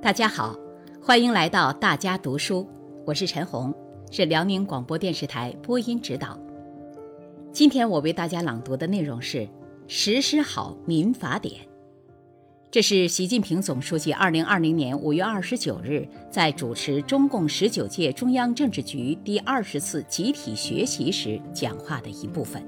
大家好，欢迎来到大家读书，我是陈红，是辽宁广播电视台播音指导。今天我为大家朗读的内容是实施好民法典。这是习近平总书记2020年5月29日在主持中共19届中央政治局第20次集体学习时讲话的一部分。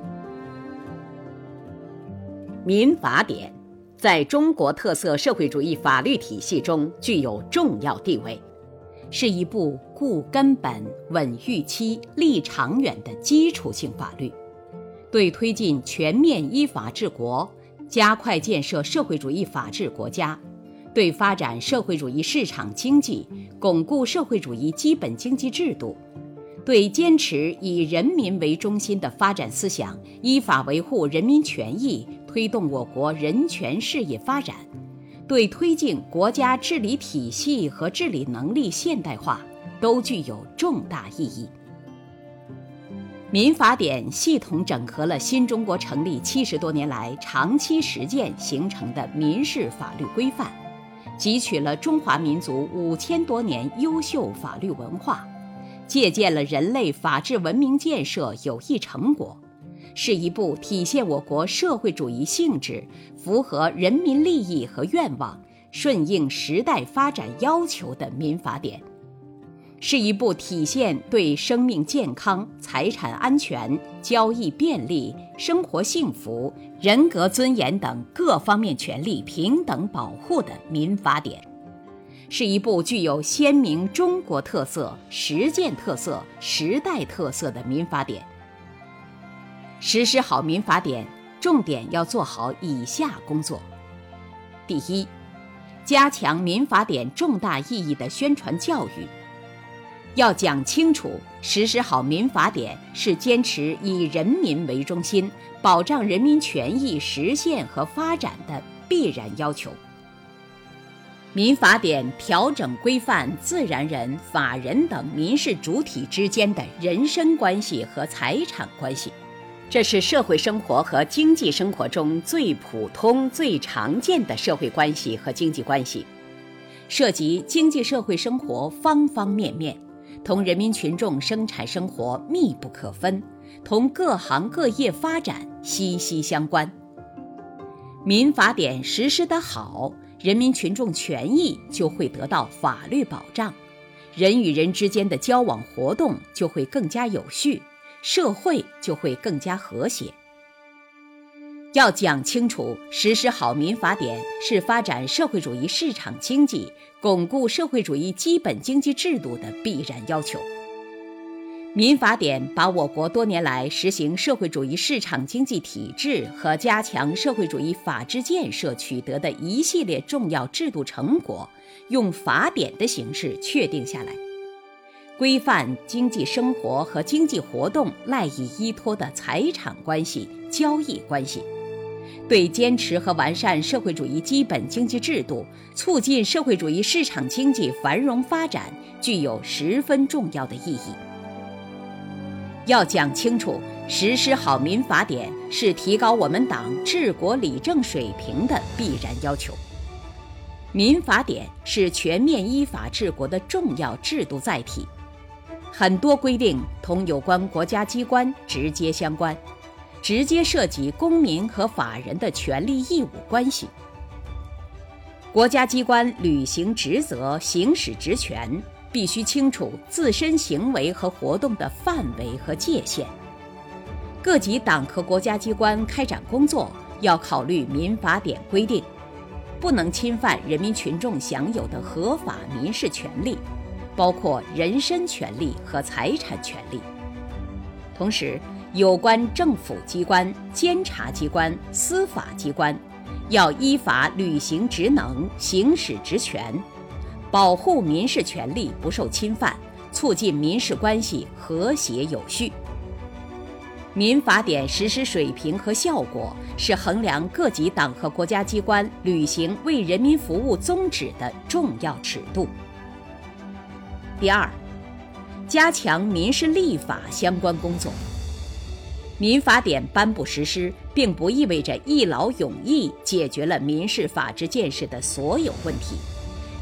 民法典在中国特色社会主义法律体系中具有重要地位，是一部固根本、稳预期、立长远的基础性法律，对推进全面依法治国、加快建设社会主义法治国家，对发展社会主义市场经济、巩固社会主义基本经济制度，对坚持以人民为中心的发展思想，依法维护人民权益，推动我国人权事业发展，对推进国家治理体系和治理能力现代化都具有重大意义。民法典系统整合了新中国成立70多年来长期实践形成的民事法律规范，汲取了中华民族5000多年优秀法律文化，借鉴了人类法治文明建设有益成果，是一部体现我国社会主义性质、符合人民利益和愿望、顺应时代发展要求的民法典，是一部体现对生命健康、财产安全、交易便利、生活幸福、人格尊严等各方面权利平等保护的民法典，是一部具有鲜明中国特色、实践特色、时代特色的民法典。实施好民法典，重点要做好以下工作：第一，加强民法典重大意义的宣传教育，要讲清楚实施好民法典是坚持以人民为中心，保障人民权益实现和发展的必然要求。民法典调整规范自然人、法人等民事主体之间的人身关系和财产关系，这是社会生活和经济生活中最普通、最常见的社会关系和经济关系，涉及经济社会生活方方面面，同人民群众生产生活密不可分，同各行各业发展息息相关。民法典实施得好，人民群众权益就会得到法律保障，人与人之间的交往活动就会更加有序，社会就会更加和谐。要讲清楚实施好民法典是发展社会主义市场经济、巩固社会主义基本经济制度的必然要求。民法典把我国多年来实行社会主义市场经济体制和加强社会主义法治建设取得的一系列重要制度成果，用法典的形式确定下来，规范经济生活和经济活动赖以依托的财产关系、交易关系，对坚持和完善社会主义基本经济制度、促进社会主义市场经济繁荣发展具有十分重要的意义。要讲清楚实施好民法典是提高我们党治国理政水平的必然要求。民法典是全面依法治国的重要制度载体，很多规定同有关国家机关直接相关，直接涉及公民和法人的权利义务关系。国家机关履行职责、行使职权，必须清楚自身行为和活动的范围和界限。各级党和国家机关开展工作要考虑民法典规定，不能侵犯人民群众享有的合法民事权利，包括人身权利和财产权利。同时，有关政府机关、监察机关、司法机关要依法履行职能，行使职权，保护民事权利不受侵犯，促进民事关系和谐有序。民法典实施水平和效果是衡量各级党和国家机关履行为人民服务宗旨的重要尺度。第二，加强民事立法相关工作。民法典颁布实施，并不意味着一劳永逸解决了民事法治建设的所有问题，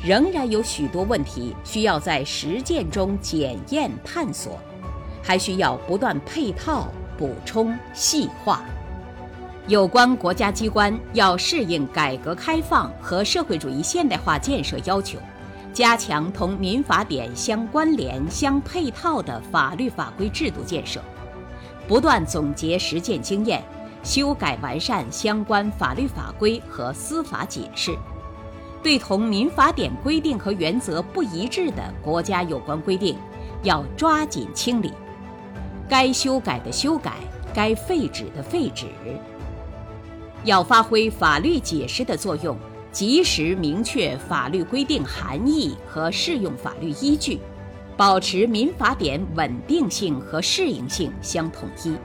仍然有许多问题需要在实践中检验探索，还需要不断配套、补充、细化。有关国家机关要适应改革开放和社会主义现代化建设要求，加强同民法典相关联、相配套的法律法规制度建设，不断总结实践经验，修改完善相关法律法规和司法解释。对同民法典规定和原则不一致的国家有关规定，要抓紧清理，该修改的修改，该废止的废止。要发挥法律解释的作用，及时明确法律规定含义和适用法律依据，保持民法典稳定性和适应性相统一。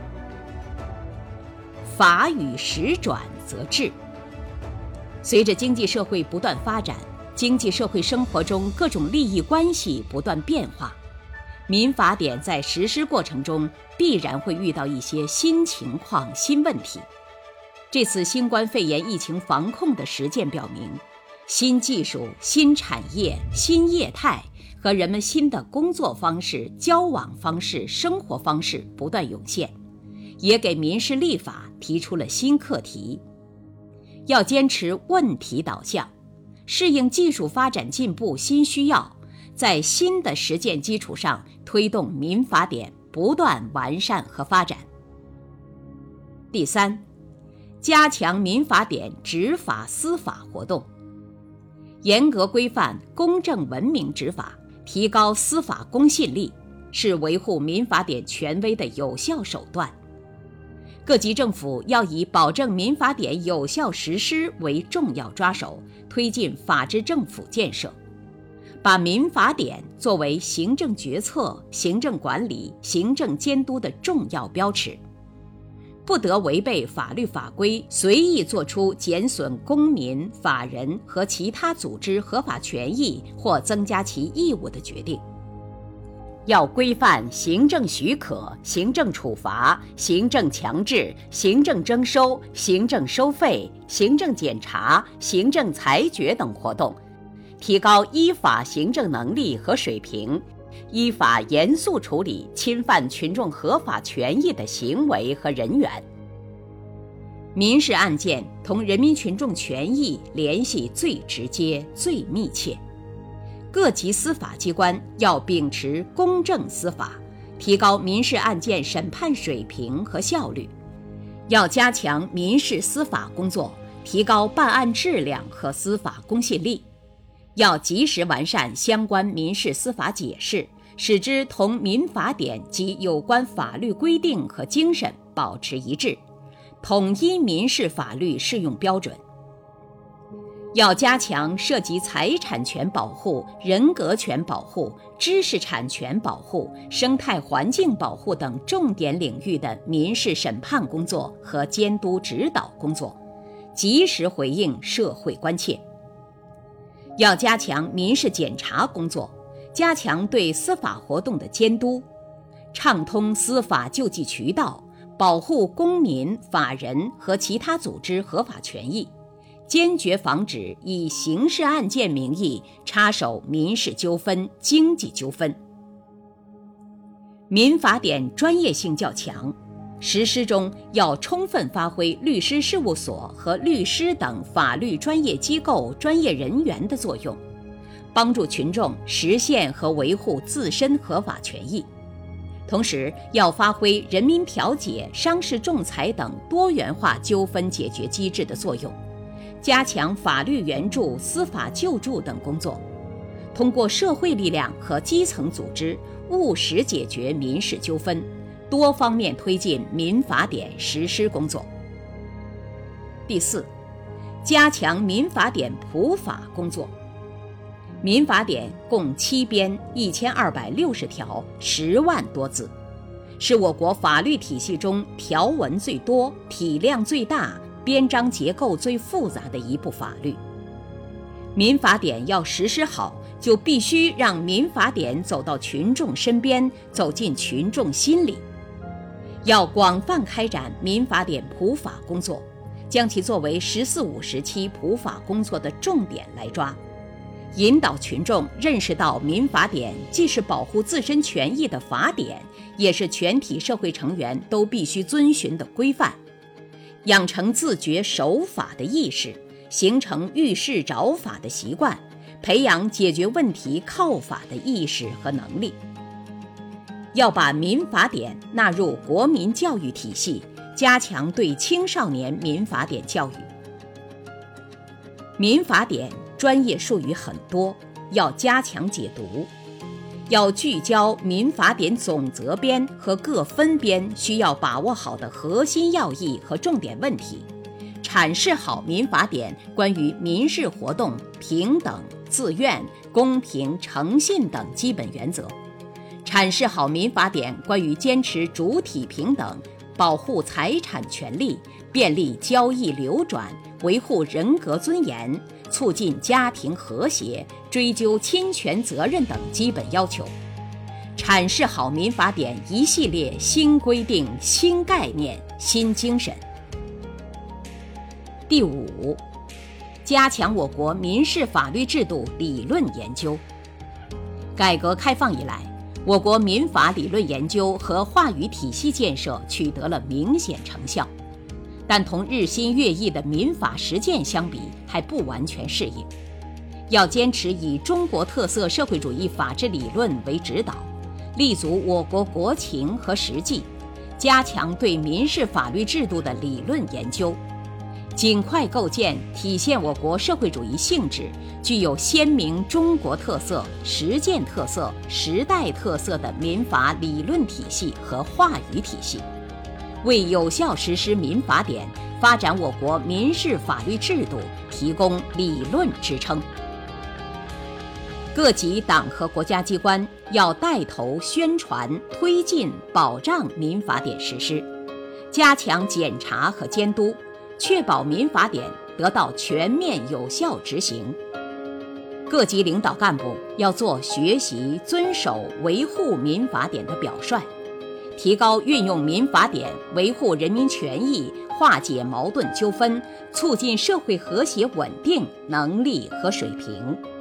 法与时转则治。随着经济社会不断发展，经济社会生活中各种利益关系不断变化，民法典在实施过程中必然会遇到一些新情况、新问题。这次新冠肺炎疫情防控的实践表明，新技术、新产业、新业态和人们新的工作方式、交往方式、生活方式不断涌现，也给民事立法提出了新课题。要坚持问题导向，适应技术发展进步新需要，在新的实践基础上推动民法典不断完善和发展。第三，加强民法典执法司法活动，严格规范公正文明执法，提高司法公信力，是维护民法典权威的有效手段。各级政府要以保证民法典有效实施为重要抓手，推进法治政府建设，把民法典作为行政决策、行政管理、行政监督的重要标尺，不得违背法律法规，随意作出减损公民、法人和其他组织合法权益或增加其义务的决定。要规范行政许可、行政处罚、行政强制、行政征收、行政收费、行政检查、行政裁决等活动，提高依法行政能力和水平，依法严肃处理侵犯群众合法权益的行为和人员。民事案件同人民群众权益联系最直接、最密切。各级司法机关要秉持公正司法，提高民事案件审判水平和效率，要加强民事司法工作，提高办案质量和司法公信力，要及时完善相关民事司法解释，使之同民法典及有关法律规定和精神保持一致，统一民事法律适用标准。要加强涉及财产权保护、人格权保护、知识产权保护、生态环境保护等重点领域的民事审判工作和监督指导工作，及时回应社会关切。要加强民事检察工作，加强对司法活动的监督，畅通司法救济渠道，保护公民、法人和其他组织合法权益，坚决防止以刑事案件名义插手民事纠纷、经济纠纷。民法典专业性较强，实施中要充分发挥律师事务所和律师等法律专业机构专业人员的作用，帮助群众实现和维护自身合法权益。同时要发挥人民调解、商事仲裁等多元化纠纷解决机制的作用，加强法律援助、司法救助等工作，通过社会力量和基层组织务实解决民事纠纷，多方面推进民法典实施工作。第四，加强民法典普法工作。民法典共7编1260条，10万多字，是我国法律体系中条文最多、体量最大、编章结构最复杂的一部法律。民法典要实施好，就必须让民法典走到群众身边，走进群众心里。要广泛开展民法典普法工作，将其作为“十四五”时期普法工作的重点来抓， 引导群众认识到民法典既是保护自身权益的法典，也是全体社会成员都必须遵循的规范，养成自觉守法的意识，形成遇事找法的习惯，培养解决问题靠法的意识和能力。要把民法典纳入国民教育体系，加强对青少年民法典教育。民法典专业术语很多，要加强解读，要聚焦民法典总则编和各分编需要把握好的核心要义和重点问题，阐释好民法典关于民事活动平等、自愿、公平、诚信等基本原则，阐释好民法典关于坚持主体平等、保护财产权利、便利交易流转、维护人格尊严、促进家庭和谐、追究侵权责任等基本要求，阐释好民法典一系列新规定、新概念、新精神。第五，加强我国民事法律制度理论研究。改革开放以来，我国民法理论研究和话语体系建设取得了明显成效，但同日新月异的民法实践相比，还不完全适应。要坚持以中国特色社会主义法治理论为指导，立足我国国情和实际，加强对民事法律制度的理论研究，尽快构建体现我国社会主义性质、具有鲜明中国特色、实践特色、时代特色的民法理论体系和话语体系，为有效实施民法典、发展我国民事法律制度提供理论支撑。各级党和国家机关要带头宣传、推进、保障民法典实施，加强检查和监督，确保民法典得到全面有效执行。各级领导干部要做学习、遵守、维护民法典的表率，提高运用民法典维护人民权益、化解矛盾纠纷、促进社会和谐稳定能力和水平。